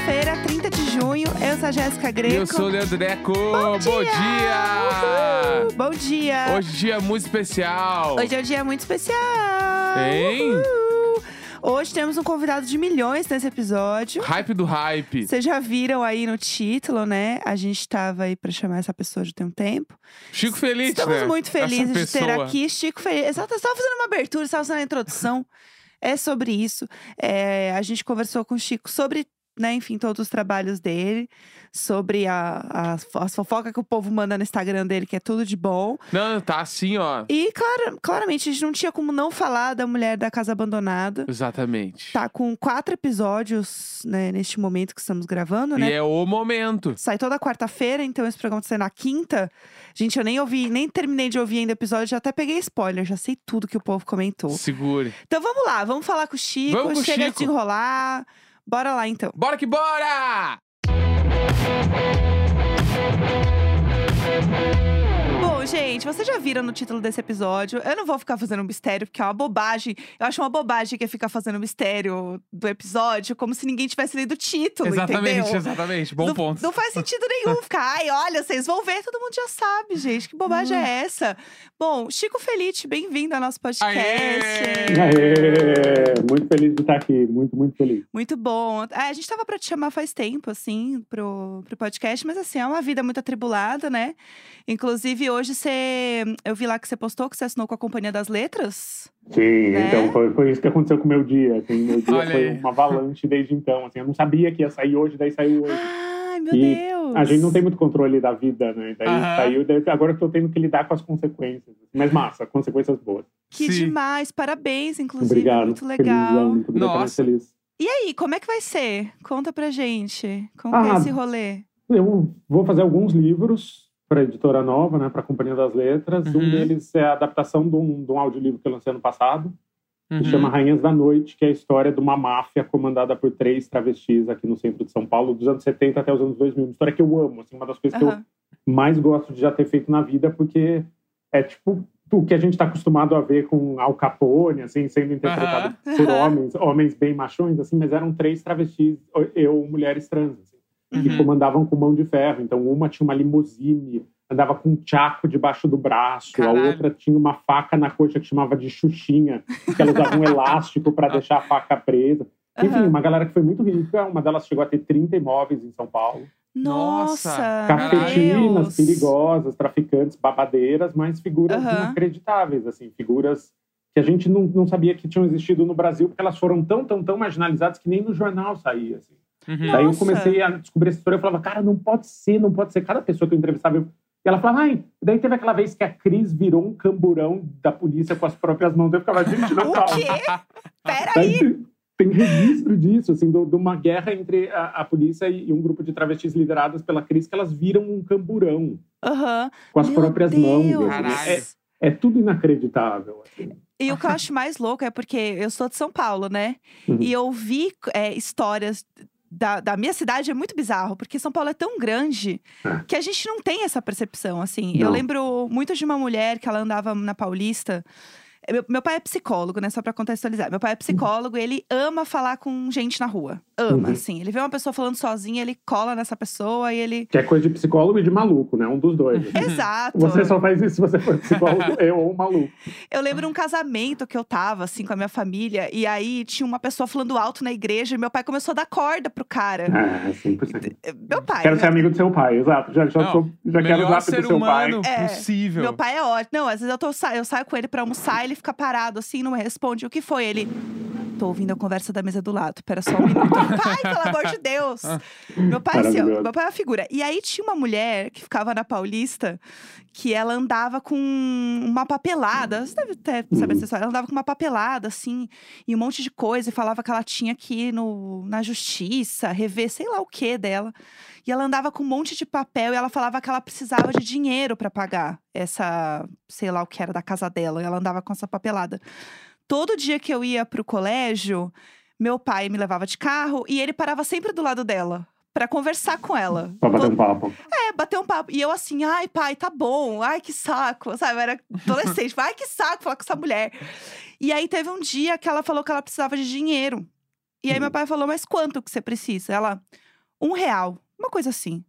Segunda-feira, 30 de junho. Eu sou a Jéssica Greco. E eu sou o Leandro Neco. Bom dia! Bom dia! Bom dia! Hoje é um dia muito especial. Hoje é um dia muito especial. Hein? Hoje temos um convidado de milhões nesse episódio. Hype do hype. Vocês já viram aí no título, né? A gente tava aí pra chamar essa pessoa de tem um tempo. Chico Feliz, Estamos né? muito felizes Essa de ter pessoa. aqui Chico Feliz. Exato, eu estava fazendo uma abertura, estava fazendo a introdução. É sobre isso. A gente conversou com o Chico sobre, né, enfim, todos os trabalhos dele. Sobre as fofocas que o povo manda no Instagram dele, que é tudo de bom. Não, tá assim, ó. E, claramente, a gente não tinha como não falar da Mulher da Casa Abandonada. Exatamente. Tá com 4 episódios, né, neste momento que estamos gravando, né? E é o momento. Sai toda quarta-feira, então esse programa tá saindo na quinta. Gente, eu nem terminei de ouvir ainda o episódio, já até peguei spoiler, já sei tudo que o povo comentou. Segure. Então vamos lá, vamos falar com o Chico, Vamos com o chega Chico. de enrolar. Bora lá então. Bora que bora! Bom, gente, vocês já viram no título desse episódio. Eu não vou ficar fazendo um mistério, porque é uma bobagem. Eu acho uma bobagem que é ficar fazendo mistério do episódio, como se ninguém tivesse lido o título, entendeu? Exatamente. Bom ponto. Não faz sentido nenhum ficar, ai, olha, vocês vão ver, todo mundo já sabe, gente. Que bobagem é essa? Bom, Chico Feliz, bem-vindo ao nosso podcast. Aê! Muito feliz de estar aqui, muito feliz. Muito bom. A gente tava pra te chamar faz tempo, assim, pro podcast, mas assim, é uma vida muito atribulada, né? Inclusive, hoje eu vi lá que você postou que você assinou com a Companhia das Letras. Sim, né? então foi isso que aconteceu com o meu dia. Assim, meu dia Olha foi aí. uma avalanche desde então. Assim, eu não sabia que ia sair hoje, daí saiu hoje. Ai, meu E Deus! a gente não tem muito controle da vida, né? Daí Aham. saiu, daí agora eu tô tendo que lidar com as consequências. Mas massa, consequências boas. Que Sim. demais, parabéns, inclusive. Obrigado. Muito legal. Felizão, muito Nossa. feliz. E aí, como é que vai ser? Conta pra gente. Como que é esse rolê? Eu vou fazer alguns livros para a editora nova, né? Para a Companhia das Letras. Uhum. Um deles é a adaptação de um audiolivro que eu lancei ano passado. Uhum. Que chama Rainhas da Noite, que é a história de uma máfia comandada por 3 travestis aqui no centro de São Paulo, dos anos 70 até os anos 2000. Uma história que eu amo, assim, uma das coisas que eu Aham. mais gosto de já ter feito na vida, porque é tipo o que a gente está acostumado a ver com Al Capone, assim, sendo interpretado por homens bem machões, assim, mas eram 3 travestis, mulheres trans, assim, que Uhum. comandavam com mão de ferro. Então, uma tinha uma limusine, andava com um tchaco debaixo do braço. Caralho. A outra tinha uma faca na coxa que chamava de xuxinha, que ela usava um elástico para deixar a faca presa. Enfim, Aham. uma galera que foi muito rica. Uma delas chegou a ter 30 imóveis em São Paulo. Nossa! Nossa, Cafetinas, Deus. perigosas, traficantes, babadeiras, mas figuras Aham. inacreditáveis, assim, figuras que a gente não sabia que tinham existido no Brasil, porque elas foram tão marginalizadas que nem no jornal saía, assim. Uhum. Daí eu Nossa. comecei a descobrir essa história, eu falava, cara, não pode ser. Cada pessoa que eu entrevistava, e ela falava, ai, daí teve aquela vez que a Cris virou um camburão da polícia com as próprias mãos, eu ficava, gente, não O calma. quê? Peraí! Daí tem registro disso, assim, de uma guerra entre a polícia e um grupo de travestis lideradas pela Cris, que elas viram um camburão Aham. com as Meu próprias mãos. Deus. assim. Caralho. É tudo inacreditável. Assim. E o que eu acho mais louco é porque eu sou de São Paulo, né? Uhum. E eu vi histórias da minha cidade, é muito bizarro, porque São Paulo é tão grande que a gente não tem essa percepção, assim. Eu Não. lembro muito de uma mulher que ela andava na Paulista. Meu pai é psicólogo, né? Só pra contextualizar. Meu pai é psicólogo e ele ama falar com gente na rua. Ama, Uhum. assim. Ele vê uma pessoa falando sozinha, ele cola nessa pessoa e ele… Que é coisa de psicólogo e de maluco, né? Um dos dois. assim. Exato! Você só faz isso se você for psicólogo, eu ou um maluco. Eu lembro um casamento que eu tava, assim, com a minha família. E aí, tinha uma pessoa falando alto na igreja. E meu pai começou a dar corda pro cara. 100%. Meu pai… Quero ser amigo do seu pai, exato. Já quero o Melhor zap ser do seu pai. humano possível. Meu pai é ótimo. Não, às vezes eu saio com ele pra almoçar, ele fica parado assim, não me responde. O que foi? Ele… Tô ouvindo a conversa da mesa do lado. Pera só um minuto. Pai, pelo amor de Deus! Meu pai, assim, ó, Maravilhoso. meu pai é uma figura. E aí tinha uma mulher que ficava na Paulista, que ela andava com uma papelada. Você deve até saber essa história. Ela andava com uma papelada, assim, e um monte de coisa. E falava que ela tinha que ir na justiça, rever sei lá o que dela. E ela andava com um monte de papel e ela falava que ela precisava de dinheiro pra pagar essa, sei lá o que era da casa dela. E ela andava com essa papelada. Todo dia que eu ia pro colégio, meu pai me levava de carro e ele parava sempre do lado dela pra conversar com ela. Pra bater um papo. Bater um papo. E eu assim, ai pai, tá bom, ai que saco, sabe? Eu era adolescente, ai que saco falar com essa mulher. E aí teve um dia que ela falou que ela precisava de dinheiro. E aí meu pai falou, mas quanto que você precisa? Ela, R$1, uma coisa assim.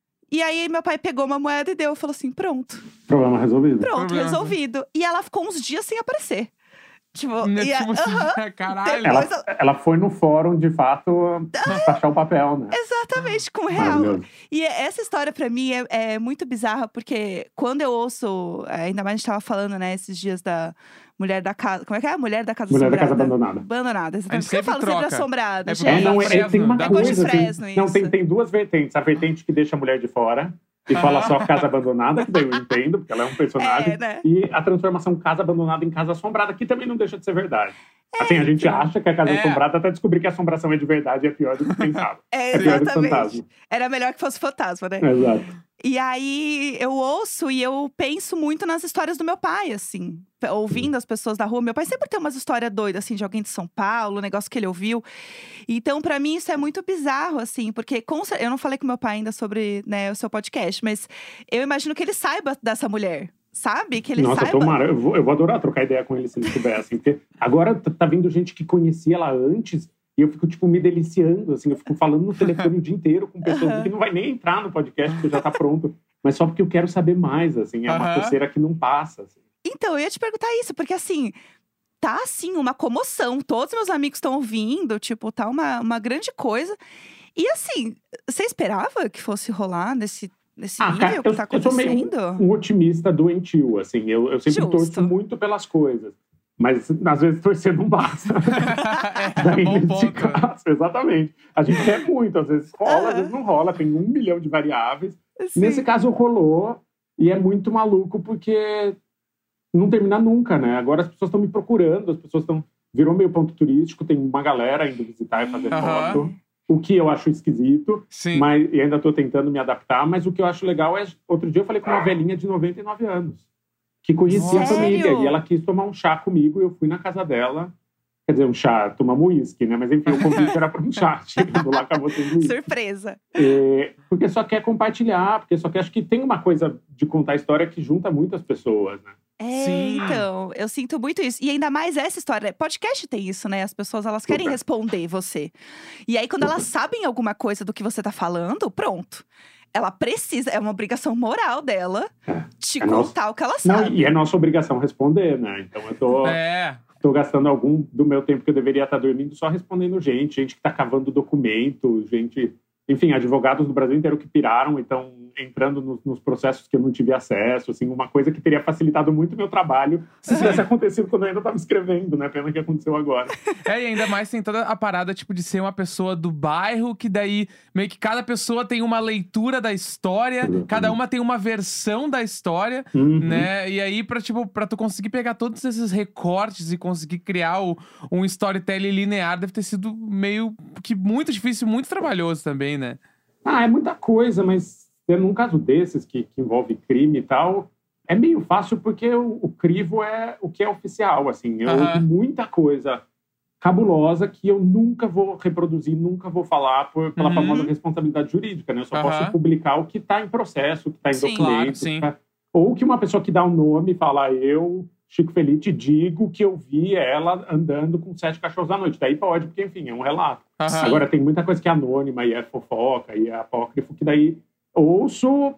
E aí, meu pai pegou uma moeda e deu. Falou assim, pronto. Problema resolvido. Pronto, Problema. resolvido. E ela ficou uns dias sem aparecer. Tipo, Né, e tipo assim, caralho. Depois- Ela foi no fórum, de fato, achar o papel, né? exatamente, com R$1. Maravilhoso. E essa história, pra mim, é muito bizarra. Porque quando eu ouço… Ainda mais a gente tava falando, né, esses dias da mulher da casa… Como é que é? A mulher da casa Mulher da assombrada. casa abandonada. Abandonada, exatamente. Por que eu sempre falo sempre troca. assombrada, É porque gente? Não, Fresno, tem uma dá gosto de coisa. Fresno, Não, isso. tem duas vertentes. A vertente que deixa a mulher de fora e fala só casa abandonada, que daí eu entendo, porque ela é um personagem. né? E a transformação casa abandonada em casa assombrada, que também não deixa de ser verdade. Assim, a gente acha que a casa assombrada até descobrir que a assombração é de verdade e é pior do que pensava. É pior do que Exatamente. fantasma. Era melhor que fosse fantasma, né? Exato. E aí, eu ouço e eu penso muito nas histórias do meu pai, assim. Ouvindo as pessoas da rua. Meu pai sempre tem umas histórias doidas, assim, de alguém de São Paulo, um negócio que ele ouviu. Então, pra mim, isso é muito bizarro, assim. Porque eu não falei com meu pai ainda sobre, né, o seu podcast. Mas eu imagino que ele saiba dessa mulher. Sabe? Que ele Nossa, saiba. tomara. Eu vou adorar trocar ideia com ele se ele soubesse. Porque agora tá vindo gente que conhecia ela antes e eu fico, tipo, me deliciando, assim. Eu fico falando no telefone o dia inteiro com pessoas que não vai nem entrar no podcast, porque já tá pronto. Mas só porque eu quero saber mais, assim. É uma coceira que não passa, assim. Então, eu ia te perguntar isso, porque assim… Tá, assim, uma comoção. Todos meus amigos estão ouvindo, tipo, tá uma grande coisa. E assim, você esperava que fosse rolar nesse nível cara, que tá eu sou meio acontecendo? um otimista doentio, assim. Eu sempre Justo. torço muito pelas coisas. Mas, às vezes, torcer não basta. Daí, bom nesse ponto. caso, exatamente. A gente quer muito. Às vezes rola, às vezes não rola. Tem 1 milhão de variáveis. Sim. Nesse caso, rolou. E é muito maluco, porque não termina nunca, né? Agora as pessoas estão me procurando. As pessoas estão… Virou meio ponto turístico. Tem uma galera indo visitar e fazer foto. O que eu acho esquisito. Sim. Mas, e ainda estou tentando me adaptar. Mas o que eu acho legal é… Outro dia eu falei com uma velhinha de 99 anos. Que conhecia a Sério? família. E ela quis tomar um chá comigo. Eu fui na casa dela. Quer dizer, um chá, tomamos uísque, né? Mas enfim, o convite era para um chá. Chegando lá, acabou sendo uísque. Surpresa. Porque só quer compartilhar. Porque só quer… Acho que tem uma coisa de contar história que junta muitas pessoas, né? Sim. Então, eu sinto muito isso. E ainda mais essa história. Podcast tem isso, né? As pessoas, elas querem Super. responder você. E aí, quando elas sabem alguma coisa do que você tá falando, pronto. Ela precisa, é uma obrigação moral dela te contar o que ela Não, sabe. e é nossa obrigação responder, né? Então eu tô gastando algum do meu tempo que eu deveria estar dormindo só respondendo gente que tá cavando documento, gente… Enfim, advogados do Brasil inteiro que piraram e estão entrando nos processos que eu não tive acesso, assim, uma coisa que teria facilitado muito o meu trabalho se tivesse acontecido quando eu ainda estava escrevendo, né? Pena que aconteceu agora. E ainda mais tem toda a parada, tipo, de ser uma pessoa do bairro, que daí meio que cada pessoa tem uma leitura da história, Exatamente. cada uma tem uma versão da história, né? E aí, pra tu conseguir pegar todos esses recortes e conseguir criar um storytelling linear, deve ter sido meio que muito difícil, muito trabalhoso também, né? É muita coisa, mas num caso desses que envolve crime e tal, é meio fácil porque o crivo é o que é oficial, assim. Eu ouvi muita coisa cabulosa que eu nunca vou reproduzir, nunca vou falar pela famosa responsabilidade jurídica, né? Eu só posso publicar o que está em processo, o que está em Sim. documento. Claro, sim. Ou que uma pessoa que dá o nome fala, eu, Chico Felice, digo que eu vi ela andando com 7 cachorros à noite. Daí pode, porque, enfim, é um relato. Agora, tem muita coisa que é anônima e é fofoca e é apócrifo, que daí ouço,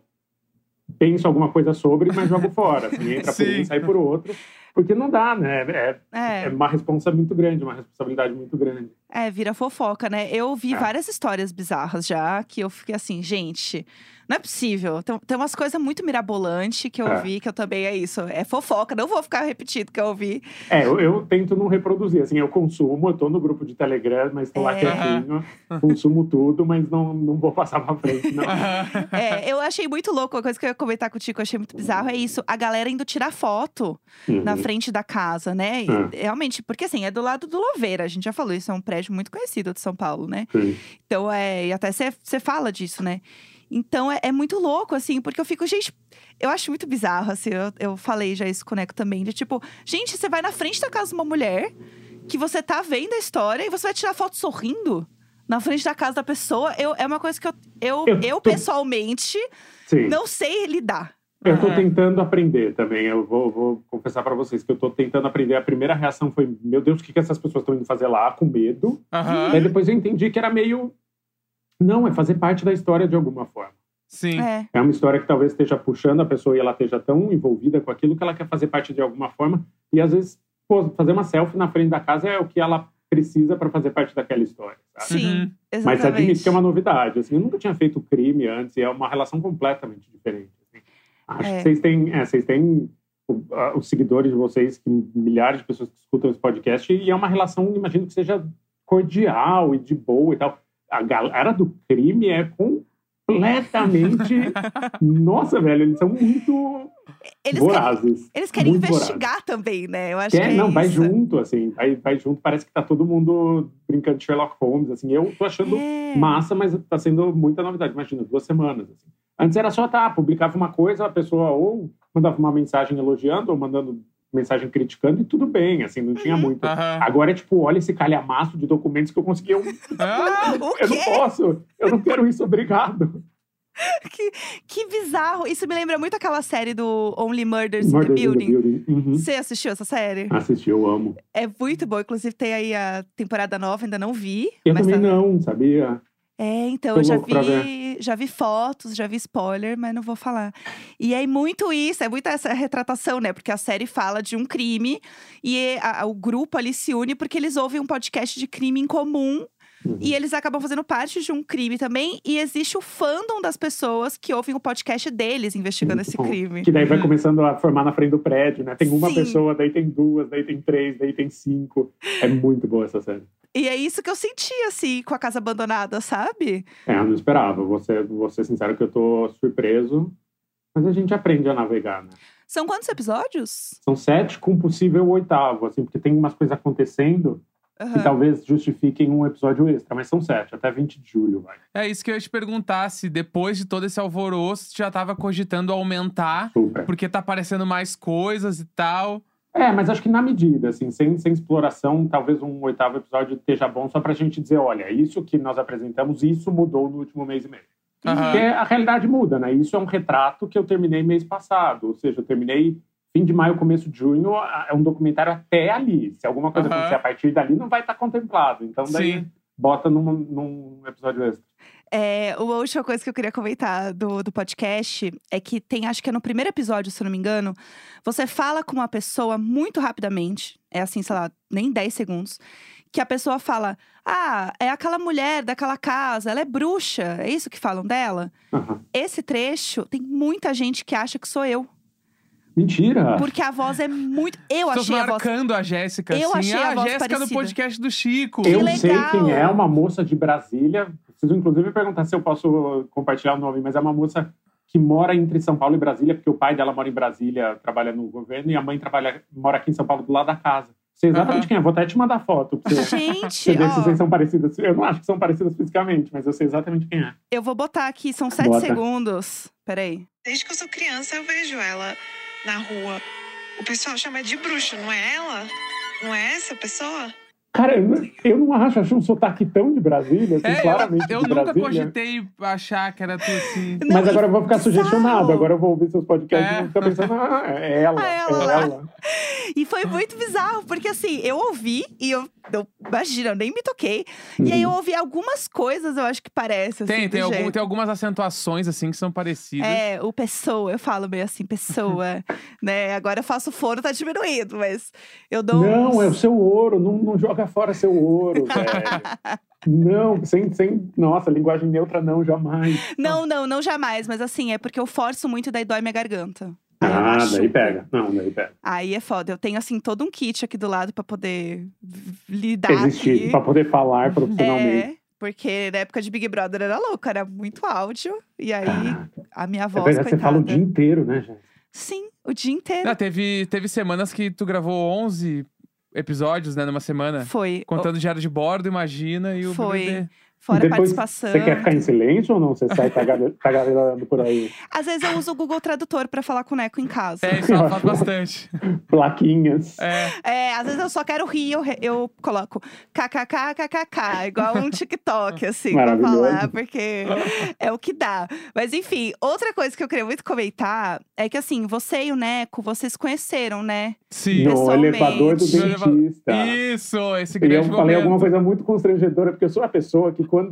penso alguma coisa sobre, mas jogo fora. Assim, entra por um e sai por outro. Porque não dá, né? É uma responsa muito grande, uma responsabilidade muito grande. Vira fofoca, né? Eu vi várias histórias bizarras já, que eu fiquei assim, gente… Não é possível. Tem umas coisas muito mirabolantes que eu vi, que eu também é isso. É fofoca, não vou ficar repetindo o que eu vi. Eu tento não reproduzir. Assim, eu consumo, eu tô no grupo de Telegram, mas tô lá quietinho. Consumo tudo, mas não vou passar pra frente, não. Eu achei muito louco. Uma coisa que eu ia comentar contigo, que eu achei muito bizarro, é isso. A galera indo tirar foto na frente da casa, né? E, realmente, porque assim, é do lado do Louveira. A gente já falou, isso é um prédio muito conhecido de São Paulo, né? Sim. Então, e até você fala disso, né? Então, é muito louco, assim, porque eu fico… Gente, eu acho muito bizarro, assim. Eu falei já isso com o Neco também. De tipo, gente, você vai na frente da casa de uma mulher… Que você tá vendo a história e você vai tirar foto sorrindo na frente da casa da pessoa. É uma coisa que eu pessoalmente, não sei lidar. Eu tô tentando aprender também. Eu vou confessar pra vocês que eu tô tentando aprender. A primeira reação foi, meu Deus, o que essas pessoas estão indo fazer lá? Com medo. Daí depois eu entendi que era meio… Não, é fazer parte da história de alguma forma. Sim. É uma história que talvez esteja puxando a pessoa e ela esteja tão envolvida com aquilo que ela quer fazer parte de alguma forma. E às vezes, fazer uma selfie na frente da casa é o que ela precisa para fazer parte daquela história, sabe? Sim, exatamente. Mas admito que é uma novidade. Assim, eu nunca tinha feito crime antes e é uma relação completamente diferente. Assim. Acho que vocês têm os seguidores de vocês, que milhares de pessoas que escutam esse podcast, e é uma relação, imagino que seja cordial e de boa e tal. A galera do crime é completamente... Nossa, velho, eles são muito vorazes. Eles querem muito investigar vorazes. Também, né? Eu acho que Não, vai isso. junto, assim. Vai junto, parece que tá todo mundo brincando de Sherlock Holmes, assim. Eu tô achando massa, mas tá sendo muita novidade. Imagina, 2 semanas, assim. Antes era só, publicava uma coisa, a pessoa ou mandava uma mensagem elogiando ou mandando mensagem criticando e tudo bem, assim, não tinha muito. Agora é tipo, olha esse calhamaço de documentos que eu consegui. Eu não posso, eu não quero isso, obrigado. Que bizarro. Isso me lembra muito aquela série do Only Murders in the Building. Você assistiu essa série? Assisti, eu amo. É muito bom. Inclusive tem aí a temporada nova, ainda não vi. Eu também não, sabia? Então eu já vi fotos, já vi spoiler, mas não vou falar. E é muito isso, é muito essa retratação, né? Porque a série fala de um crime e o grupo ali se une porque eles ouvem um podcast de crime em comum. E eles acabam fazendo parte de um crime também. E existe o fandom das pessoas que ouvem o podcast deles investigando esse crime. Que daí vai começando a formar na frente do prédio, né? Tem uma pessoa, daí tem 2, daí tem 3, daí tem 5. É muito boa essa série. E é isso que eu senti, assim, com a Casa Abandonada, sabe? Eu não esperava. Vou ser sincero que eu tô surpreso. Mas a gente aprende a navegar, né? São quantos episódios? São 7 com possível 8º, assim. Porque tem umas coisas acontecendo que talvez justifiquem um episódio extra. Mas são 7, até 20 de julho, vai. É isso que eu ia te perguntar, se depois de todo esse alvoroço, já tava cogitando aumentar. Super. Porque tá aparecendo mais coisas e tal. Mas acho que na medida, assim, sem exploração, talvez um 8º episódio esteja bom só pra gente dizer, olha, isso que nós apresentamos, isso mudou no último mês e meio. Porque a realidade muda, né? Isso é um retrato que eu terminei mês passado. Ou seja, eu terminei fim de maio, começo de junho, é um documentário até ali. Se alguma coisa acontecer a partir dali, não vai estar contemplado. Então daí bota num episódio extra. Uma última coisa que eu queria comentar do podcast é que tem, acho que é no primeiro episódio, se eu não me engano, você fala com uma pessoa muito rapidamente, é assim, sei lá, nem 10 segundos, que a pessoa fala, é aquela mulher daquela casa, ela é bruxa, é isso que falam dela? Esse trecho, tem muita gente que acha que sou eu. Mentira! Porque a voz é muito... Eu achei a voz... marcando a Jéssica, assim. Achei a voz Jéssica do parecida. podcast do Chico. Eu sei quem é, uma moça de Brasília. Preciso, inclusive, perguntar se eu posso compartilhar o nome. Mas é uma moça que mora entre São Paulo e Brasília, porque o pai dela mora em Brasília, trabalha no governo, e a mãe mora aqui em São Paulo, do lado da casa. Sei exatamente quem é. Vou até te mandar foto. Pra você, gente, ver se vocês são parecidas. Eu não acho que são parecidas fisicamente, mas eu sei exatamente quem é. Eu vou botar aqui, são 7 segundos. Peraí. Desde que eu sou criança, eu vejo ela na rua. O pessoal chama de bruxa, não é ela? Não é essa pessoa? Cara, eu não acho um sotaque tão de Brasília, assim, claramente eu de Brasília. nunca cogitei achar que era tu assim. Mas agora eu vou ficar sugestionado, agora eu vou ouvir seus podcasts e vou ficar pensando, é ela. E foi muito bizarro, porque assim, eu ouvi e imagina, eu nem me toquei. E aí eu ouvi algumas coisas, eu acho que parece, assim, tem algumas acentuações, assim, que são parecidas. O pessoa, eu falo meio assim, pessoa, né? Agora eu faço fono, tá diminuindo, mas eu dou Não, é o seu ouro, não joga fora seu ouro, velho. Não, nossa, linguagem neutra não, jamais. Não jamais, mas assim, é porque eu forço muito e daí dói minha garganta. Daí pega. Daí pega. Aí é foda. Eu tenho, assim, todo um kit aqui do lado pra poder lidar Existir, aqui. Pra poder falar profissionalmente. Porque na época de Big Brother era louco, era muito áudio. E aí, a minha voz, coitada. Você fala o dia inteiro, né, gente? Sim, o dia inteiro. Não, teve semanas que tu gravou 11 episódios, né, numa semana. Foi. Contando diário de bordo, imagina, e o BBB. Fora a depois, participação. Você quer ficar em silêncio ou não? Você sai tagarelando por aí? Às vezes eu uso o Google Tradutor pra falar com o Neco em casa. Isso ela faz bastante. Plaquinhas. Às vezes eu só quero rir, eu coloco kkkkkk, igual um TikTok, assim, pra falar, porque é o que dá. Mas enfim, outra coisa que eu queria muito comentar é que, assim, você e o Neco, vocês conheceram, né? Sim. No elevador do dentista. Isso, esse grande momento. Eu falei alguma coisa muito constrangedora, porque eu sou a pessoa que quando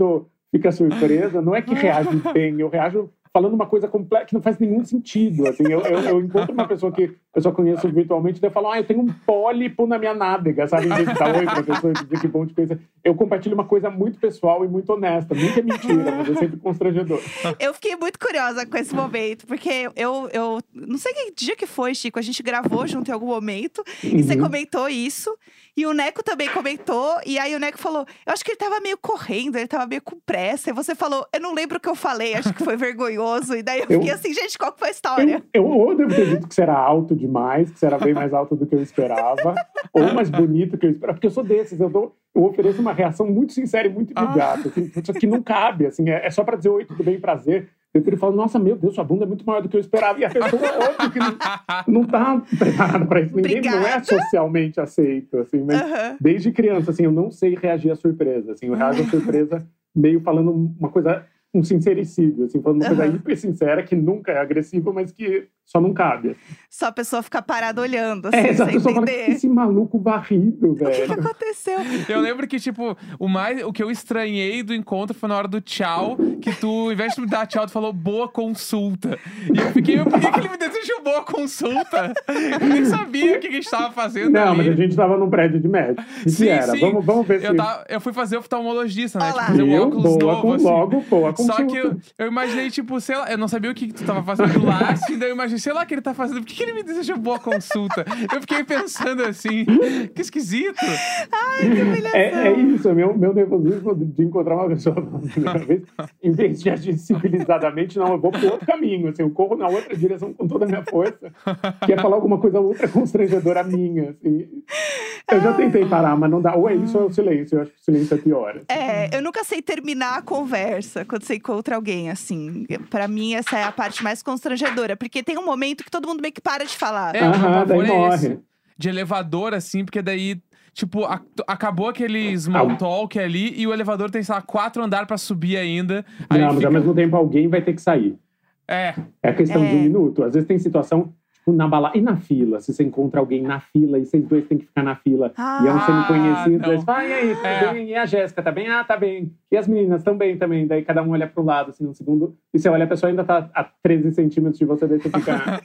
fica surpresa, não é que reage bem, eu reajo falando uma coisa completa que não faz nenhum sentido. Assim, eu encontro uma pessoa que eu só conheço virtualmente, daí eu falo, eu tenho um pólipo na minha nádega, sabe? Em vez de dar oi pra pessoa e dizer que bom de coisa. Eu compartilho uma coisa muito pessoal e muito honesta. Nunca é mentira, mas é sempre constrangedor. Eu fiquei muito curiosa com esse momento, porque eu não sei que dia que foi, Chico. A gente gravou junto em algum momento e você comentou isso. E o Neco também comentou, e aí o Neco falou, eu acho que ele tava meio correndo, ele tava meio com pressa. E você falou, eu não lembro o que eu falei, acho que foi vergonhoso. E daí eu fiquei assim, gente, qual que foi a história? Eu devo ter dito que você era alto demais, que você era bem mais alto do que eu esperava, ou mais bonito do que eu esperava, porque eu sou desses, eu ofereço uma reação muito sincera e muito imediata, assim, que não cabe, assim, é só pra dizer oi, tudo bem, prazer. Eu queria falar, nossa, meu Deus, sua bunda é muito maior do que eu esperava. E a pessoa, óbvio que não tá preparada pra isso. Ninguém não é socialmente aceito, assim. Mas desde criança, assim, eu não sei reagir à surpresa. Assim, eu reajo à surpresa meio falando uma coisa, um sincericídio, assim, falando uma coisa hiper sincera, que nunca é agressiva, mas que só não cabe. Só a pessoa fica parada olhando, assim, exato, sem a pessoa fala, entender. que esse maluco varrido, velho. O que aconteceu? Eu lembro que, tipo, o que eu estranhei do encontro foi na hora do tchau, que tu, ao invés de me dar tchau, tu falou boa consulta. E eu fiquei, por que ele me desejou boa consulta? Eu nem sabia o que a gente tava fazendo Não, ali. mas a gente tava num prédio de médico. Sim, era. sim. Vamos ver se... Eu fui fazer oftalmologista, né? Olá. Tipo, fazer um óculos novo, assim. Boa consulta. Só que eu imaginei, tipo, sei lá, eu não sabia o que tu tava fazendo lá, assim, daí eu imaginei, sei lá o que ele tá fazendo, por que ele me desejou boa consulta? Eu fiquei pensando assim, que esquisito. Ai, que humilhação. É isso, meu nervosismo de encontrar uma pessoa pela primeira vez, em vez de agir civilizadamente, não, eu vou pro outro caminho, assim, eu corro na outra direção com toda a minha força, que é falar alguma coisa ultra constrangedora minha, assim. Eu já tentei parar, mas não dá. Ou é isso ou é o silêncio, eu acho que o silêncio é pior. Assim. Eu nunca sei terminar a conversa quando você encontra alguém, assim. Pra mim, essa é a parte mais constrangedora, porque tem um momento que todo mundo meio que para de falar. O meu pavor daí morre. esse. De elevador, assim, porque daí, tipo, acabou aquele small talk ali e o elevador tem, sei lá, 4 andares pra subir ainda. Aí não, mas ao mesmo tempo alguém vai ter que sair. É a questão de um minuto. Às vezes tem situação, tipo, na balada. E na fila? Se você encontra alguém na fila e vocês dois têm que ficar na fila e é um semi-conhecido, aí você fala, e aí, tudo bem? E a Jéssica, tá bem? Ah, tá bem. E as meninas também. Daí cada um olha pro lado, assim, um segundo. E você olha, a pessoa ainda tá a 13 centímetros de você, daí você fica...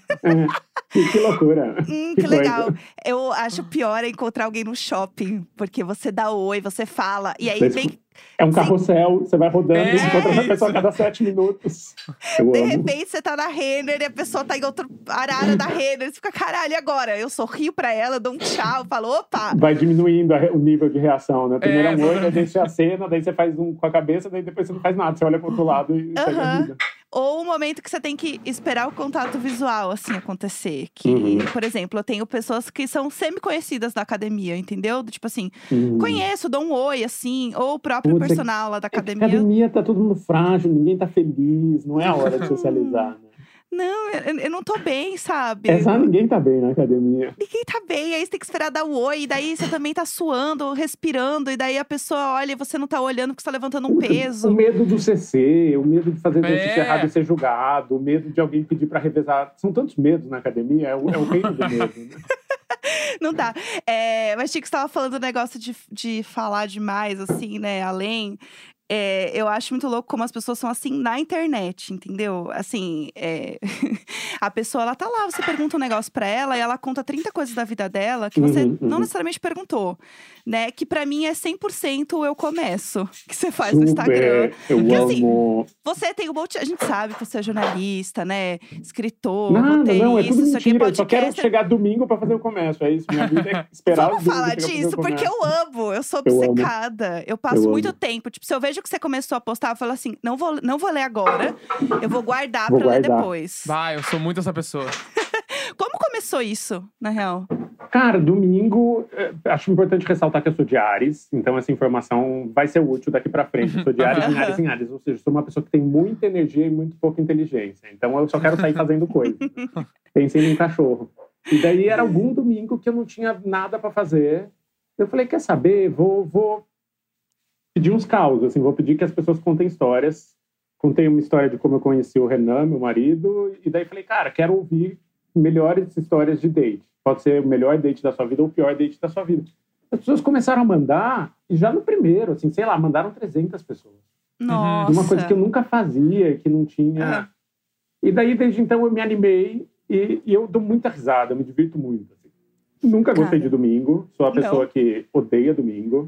Que loucura. Que legal. Eu acho pior encontrar alguém no shopping, porque você dá oi, você fala, e aí vem... É um carrossel, você vai rodando e encontra essa pessoa a cada 7 minutos. De repente, você tá na Renner e a pessoa tá em outra área da Renner. Você fica, caralho, e agora? Eu sorrio pra ela, eu dou um tchau, falo, opa! Vai diminuindo o nível de reação, né? Primeiro é um oi, daí você acena, daí você faz um com a cabeça, daí depois você não faz nada. Você olha pro outro lado e segue a vida. Ou o momento que você tem que esperar o contato visual, assim, acontecer. Que, por exemplo, eu tenho pessoas que são semi-conhecidas da academia, entendeu? Tipo assim, conheço, dou um oi, assim. Ou o próprio personal lá da academia. Academia tá todo mundo frágil, ninguém tá feliz. Não é a hora de socializar, né? Não, eu não tô bem, sabe? Ninguém tá bem na academia. Ninguém tá bem, aí você tem que esperar dar o oi. E daí você também tá suando, respirando. E daí a pessoa olha e você não tá olhando porque você tá levantando um peso. O medo do CC, o medo de fazer exercício errado e ser julgado. O medo de alguém pedir pra revezar. São tantos medos na academia, é o reino do medo, né? Não dá. Mas Chico, você tava falando do negócio de falar demais, assim, né? Além... eu acho muito louco como as pessoas são assim na internet, entendeu? Assim, a pessoa, ela tá lá, você pergunta um negócio pra ela e ela conta 30 coisas da vida dela que você não necessariamente perguntou, né? Que pra mim é 100% eu começo, que você faz no Instagram. Porque, amo. Assim, você tem um monte... A gente sabe que você é jornalista, né? Escritor, roteirista, não, é tudo mentira. Eu só quero podcast. chegar domingo pra fazer o comércio, é isso. Minha vida é esperar Vamos falar disso, porque eu amo. Eu sou obcecada. Eu passo muito tempo. Tipo, se eu vejo que você começou a postar, eu falo assim, não vou ler agora. Eu vou guardar pra ler depois. Vai, eu sou muito essa pessoa. Como começou isso, na real? Cara, domingo, acho importante ressaltar que eu sou de Áries, então essa informação vai ser útil daqui pra frente. Eu sou de Áries em Áries, ou seja, sou uma pessoa que tem muita energia e muito pouca inteligência. Então eu só quero sair fazendo coisa. Pensei num cachorro. E daí era algum domingo que eu não tinha nada pra fazer. Eu falei, quer saber? Vou pedir uns causos, assim, vou pedir que as pessoas contem histórias. Contei uma história de como eu conheci o Renan, meu marido, e daí falei, cara, quero ouvir melhores histórias de date. Pode ser o melhor date da sua vida ou o pior date da sua vida. As pessoas começaram a mandar, e já no primeiro, assim, sei lá, mandaram 300 pessoas. Nossa. Uma coisa que eu nunca fazia, que não tinha. E daí, desde então, eu me animei e eu dou muita risada, eu me divirto muito. Assim. Nunca gostei de domingo, sou a pessoa que odeia domingo.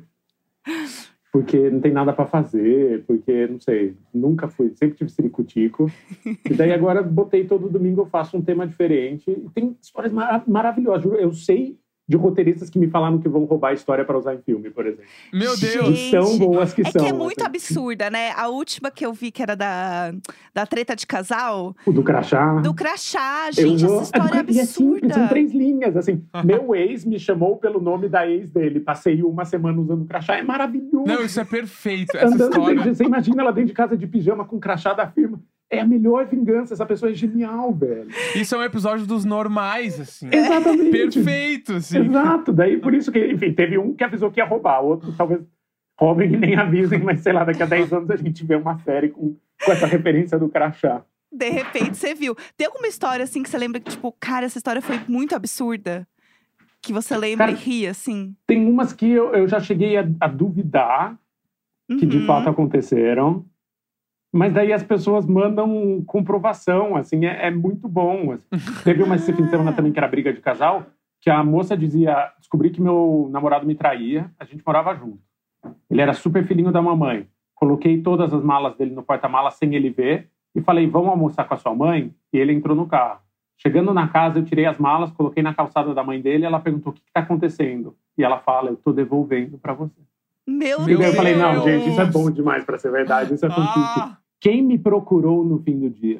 Porque não tem nada pra fazer, porque, não sei, nunca fui, sempre tive ciricutico. E daí agora botei todo domingo, eu faço um tema diferente. E tem histórias maravilhosas. Eu sei de roteiristas que me falaram que vão roubar a história pra usar em filme, por exemplo. Meu Deus! E tão boas que são. É que é muito assim. absurda, né? A última que eu vi, que era da treta de casal. O do crachá. Do crachá. Gente, essa história é absurda. E é simples, são 3 linhas, assim. Meu ex me chamou pelo nome da ex dele. Passei uma semana usando crachá, é maravilhoso. Não, isso é perfeito, essa história. Você imagina ela dentro de casa de pijama com crachá da firma. É a melhor vingança, essa pessoa é genial, velho. Isso é um episódio dos normais, assim. Exatamente. Perfeito, assim. Exato, daí por isso que, enfim, teve um que avisou que ia roubar, outro talvez roubem e nem avisem, mas sei lá, daqui a 10 anos a gente vê uma série com essa referência do crachá. De repente, você viu. Tem alguma história, assim, que você lembra que, tipo, cara, essa história foi muito absurda? Que você lembra e ri, assim? Tem umas que eu já cheguei a duvidar que de fato aconteceram. Mas daí as pessoas mandam comprovação, assim, é muito bom. Assim. Teve uma esse fim de semana também que era briga de casal, que a moça dizia, descobri que meu namorado me traía, a gente morava junto. Ele era super filhinho da mamãe. Coloquei todas as malas dele no porta-malas sem ele ver e falei, vamos almoçar com a sua mãe? E ele entrou no carro. Chegando na casa, eu tirei as malas, coloquei na calçada da mãe dele e ela perguntou, o que está acontecendo? E ela fala, eu tô devolvendo para você. Meu E Deus! daí eu falei, não, gente, isso é bom demais para ser verdade, isso é fantástico. Quem me procurou no fim do dia?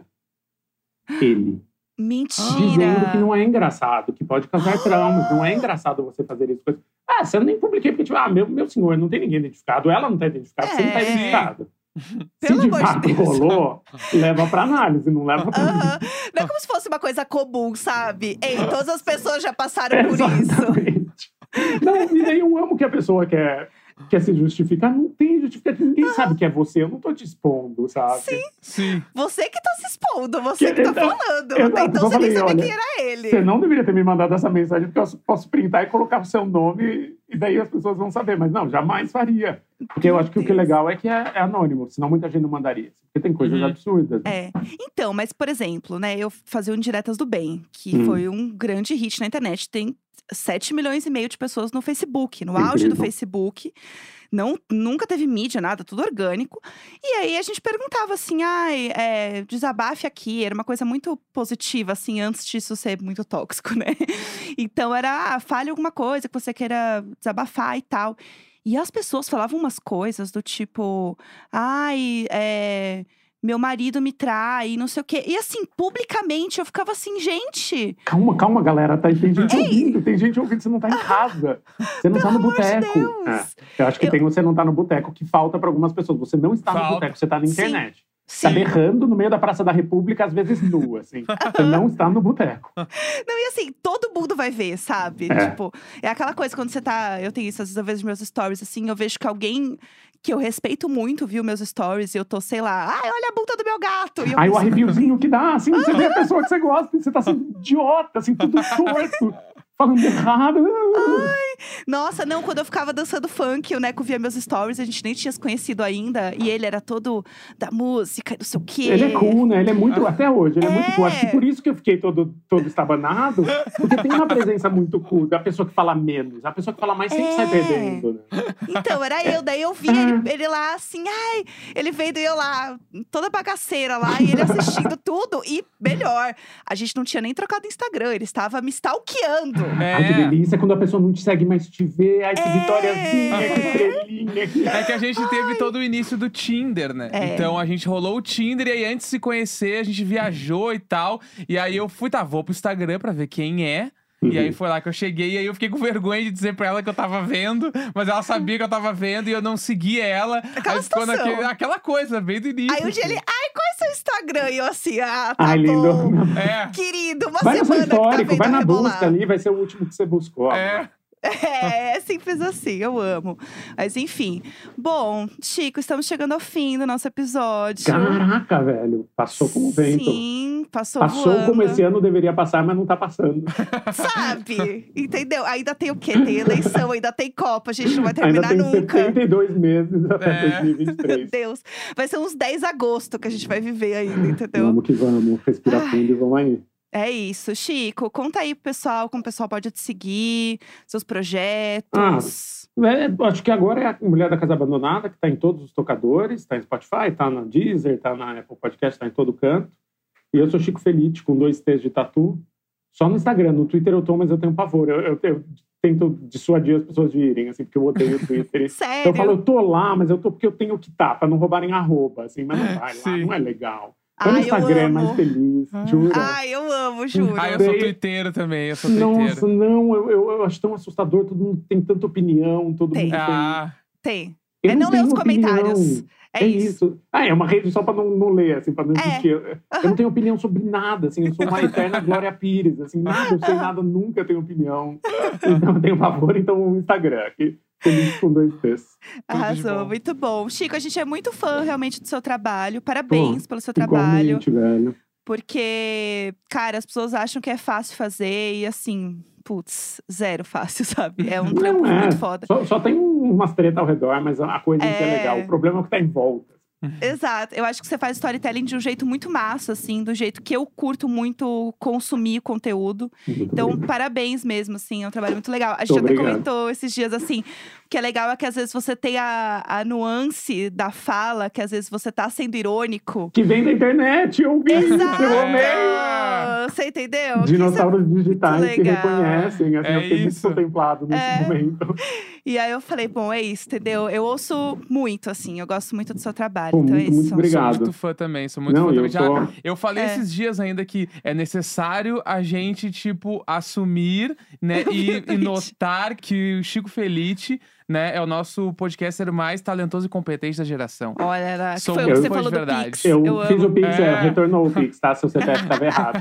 Ele. Mentira! Dizendo que não é engraçado, que pode causar traumas, não é engraçado você fazer isso. Você nem publiquei porque, tipo, meu senhor, não tem ninguém identificado, ela não tá identificada, você não tá identificado. Pelo Se de amor de fato Deus. rolou, leva pra análise, não leva pra... Não é como se fosse uma coisa comum, sabe? Ei, todas as pessoas já passaram por isso. Exatamente. Não, e daí eu amo que a pessoa quer se justificar. Não tem justificativa. Ninguém sabe que é você. Eu não tô te expondo, sabe? Sim. Você que tá se expondo, você que tá falando. Exato. Então você falei, nem sabia olha, quem era ele. Você não deveria ter me mandado essa mensagem, porque eu posso printar e colocar o seu nome e daí as pessoas vão saber. Mas não, jamais faria. Porque eu acho que o que é legal é que é anônimo, senão muita gente não mandaria. Porque tem coisas absurdas. É. Então, mas por exemplo, né, eu fazia o Indiretas do Bem, que foi um grande hit na internet. Tem 7,5 milhões de pessoas no Facebook, no auge do Facebook. Nunca teve mídia, nada, tudo orgânico. E aí a gente perguntava assim, desabafe aqui. Era uma coisa muito positiva, assim, antes disso ser muito tóxico, né? Então era, fale alguma coisa que você queira desabafar e tal. E as pessoas falavam umas coisas do tipo, meu marido me trai, não sei o quê. E assim, publicamente, eu ficava assim, gente… Calma, galera. Tem gente ouvindo. Tem gente ouvindo, você não tá em casa. Você não tá no boteco. Eu acho que tem você não tá no boteco, que falta pra algumas pessoas. Você não está no boteco, você tá na internet. Sim. Tá berrando no meio da Praça da República, às vezes nua, assim. Você não está no boteco. Não, e assim, todo mundo vai ver, sabe? Tipo, é aquela coisa, quando você tá… Eu tenho isso, às vezes eu vejo meus stories, assim, eu vejo que alguém que eu respeito muito viu meus stories e eu tô, sei lá, olha a bunda do meu gato. E Aí o arrepiozinho que dá, assim, você vê a pessoa que você gosta, e você tá assim, idiota, assim, tudo torto, falando errado. Nossa, não, quando eu ficava dançando funk, o Neco via meus stories, a gente nem tinha se conhecido ainda. E ele era todo da música, não sei o quê. Ele é cool, né? Ele é muito, até hoje, ele é muito cool. Acho que por isso que eu fiquei todo estabanado, porque tem uma presença muito cool da pessoa que fala menos. A pessoa que fala mais sempre sai perdendo, né? Então, era eu. Daí eu vi ele lá, assim, ele veio e eu lá, toda bagaceira lá, e ele assistindo tudo. E melhor, a gente não tinha nem trocado Instagram, ele estava me stalkeando. Ai, que delícia, quando a pessoa não te segue, mas te vê. Ai, que vitóriazinha, que estrelinha. É que a gente teve todo o início do Tinder, né? Então a gente rolou o Tinder e aí antes de se conhecer, a gente viajou e tal. E aí eu fui, vou pro Instagram pra ver quem é. E aí foi lá que eu cheguei e aí eu fiquei com vergonha de dizer pra ela que eu tava vendo. Mas ela sabia que eu tava vendo e eu não seguia ela. Aquela situação. Aquela coisa, bem do início. Aí um dia ele, qual é seu Instagram? E eu assim, tá ai, bom. lindo. Querido, uma vai semana no seu histórico, que tá vai na rebolar. busca ali, vai ser o último que você buscou. É simples assim, eu amo. Mas enfim. Bom, Chico, estamos chegando ao fim do nosso episódio. Caraca, velho. Passou como vento. Sim, Passou voando. como esse ano deveria passar, mas não tá passando. Sabe? Entendeu? Ainda tem o quê? Tem eleição, ainda tem Copa. A gente não vai terminar Ainda tem nunca. 72 meses até Meu 2023. Deus. Vai ser uns 10 de agosto que a gente vai viver ainda, entendeu? Vamos que vamos. Respira fundo e vamos aí. É isso. Chico, conta aí pro pessoal como o pessoal pode te seguir, seus projetos. Acho que agora é a Mulher da Casa Abandonada, que tá em todos os tocadores. Tá em Spotify, tá na Deezer, tá na Apple Podcast, tá em todo canto. E eu sou Chico Felite, com 2 T's de tatu. Só no Instagram. No Twitter eu tô, mas eu tenho pavor. Eu tento dissuadir as pessoas de irem, assim, porque eu odeio o Twitter. Sério? Então eu falo, eu tô lá, mas eu tô porque eu tenho que estar, pra não roubarem arroba, assim. Mas não vai lá, não é legal. No Instagram é mais feliz, juro. Eu amo, juro. Eu sou twitteiro também, eu sou twitteiro. Nossa, não, eu acho tão assustador, todo mundo tem tanta opinião, todo mundo tem. Eu não ler os comentários. É isso. É uma rede só pra não ler, assim, pra não existir. Eu não tenho opinião sobre nada, assim, eu sou uma eterna Glória Pires, assim, nada, eu sei nada, nunca tenho opinião. Então eu tenho favor, então o Instagram, aqui. Feliz com 2 T's. Arrasou, muito bom. Chico, a gente é muito fã realmente do seu trabalho. Parabéns pelo seu trabalho. Igualmente, velho. Porque, cara, as pessoas acham que é fácil fazer e assim, putz, zero fácil, sabe? É um trampo muito foda. Só tem umas tretas ao redor, mas a coisa que é legal. O problema é o que tá em volta. Exato. Eu acho que você faz storytelling de um jeito muito massa, assim, do jeito que eu curto muito consumir conteúdo. Então, parabéns mesmo, assim, é um trabalho muito legal. A gente até comentou esses dias, assim, o que é legal é que às vezes você tem a nuance da fala, que às vezes você tá sendo irônico. Que vem da internet, eu vi isso, eu amei! Você entendeu? Dinossauros digitais que reconhecem, assim, eu fiquei muito isso. contemplado nesse momento. E aí eu falei, bom, é isso, entendeu? Eu ouço muito, assim, eu gosto muito do seu trabalho. Pô, então é isso. Muito obrigado. Sou muito fã também, sou muito fã também. Eu falei esses dias ainda que é necessário a gente, tipo, assumir, né, e notar que o Chico Felite, né, é o nosso podcaster mais talentoso e competente da geração. Olha, Sou foi o que você falou do Pix. Eu fiz o Pix, retornou o Pix, tá? Seu CPF estava errado.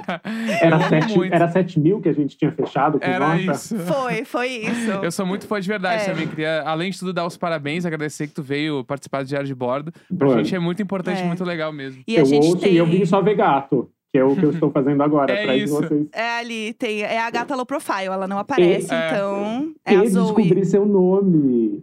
Era 7 mil que a gente tinha fechado com Era nota? isso. Foi isso. Eu sou muito fã de verdade também. Queria, além de tudo, dar os parabéns, agradecer que tu veio participar do Diário de Bordo. Pra gente é muito importante, muito legal mesmo. E a gente ouço e eu vim só ver gato. Que é o que eu estou fazendo agora, atrás de vocês. É ali, é a gata low profile, ela não aparece, então é a Zoe. Descobri seu nome.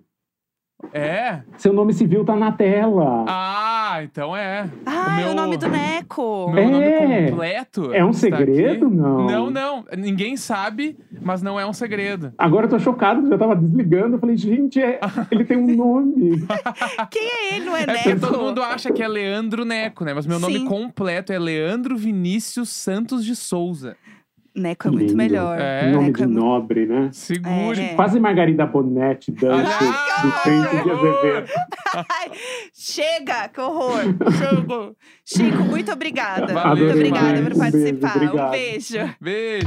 É? Seu nome civil tá na tela. Então é. O nome do Neco. Meu nome completo. É um segredo? Não. Não. Ninguém sabe, mas não é um segredo. Agora eu tô chocado, já tava desligando. Eu falei, gente, ele tem um nome. Quem é ele? Não é Porque Neco? todo mundo acha que é Leandro Neco, né? Mas meu nome completo é Leandro Vinícius Santos de Souza. Neco é muito melhor. Nome Neco de nobre, né? Segure. Quase Margarida Bonetti, do Centro de Azevedo. Chega, que horror. Chico, muito obrigada. Valeu, muito obrigada demais. por participar. Beijo, um beijo. Beijo.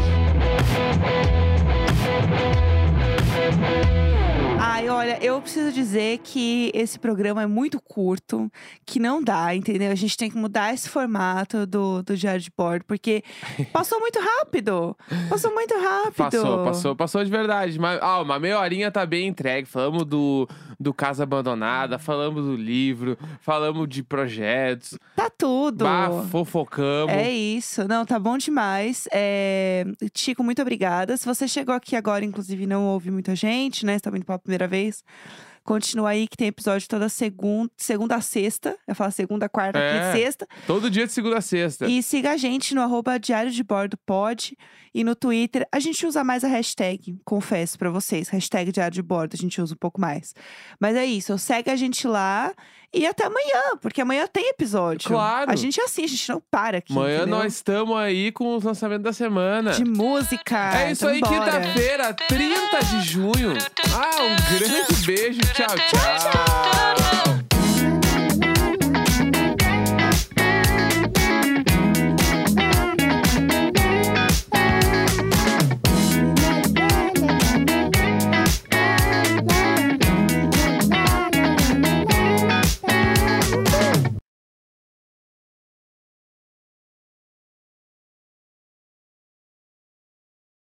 Ai, olha, eu preciso dizer que esse programa é muito curto, que não dá, entendeu? A gente tem que mudar esse formato do Diário de Bordo, porque passou muito rápido. Passou de verdade. Mas, uma meia horinha tá bem entregue. Falamos do Casa Abandonada, falamos do livro, falamos de projetos. Tá tudo. Fofocamos. É isso. Não, tá bom demais. Chico, muito obrigada. Se você chegou aqui agora, inclusive, não ouve muita gente, né? Você tá vindo pela primeira vez. Continua aí que tem episódio toda segunda a sexta. Eu falo segunda, quarta, quinta e sexta. Todo dia de segunda a sexta. E siga a gente no @Diário de Bordo Pod. E no Twitter, a gente usa mais a hashtag, confesso pra vocês. Hashtag Diário de Bordo, a gente usa um pouco mais. Mas é isso, segue a gente lá. E até amanhã, porque amanhã tem episódio. Claro. A gente é assim, a gente não para aqui, Amanhã entendeu? nós estamos aí com os lançamentos da semana. De música. É isso então aí, bora. quinta-feira, 30 de junho. Um grande beijo. Tchau, tchau.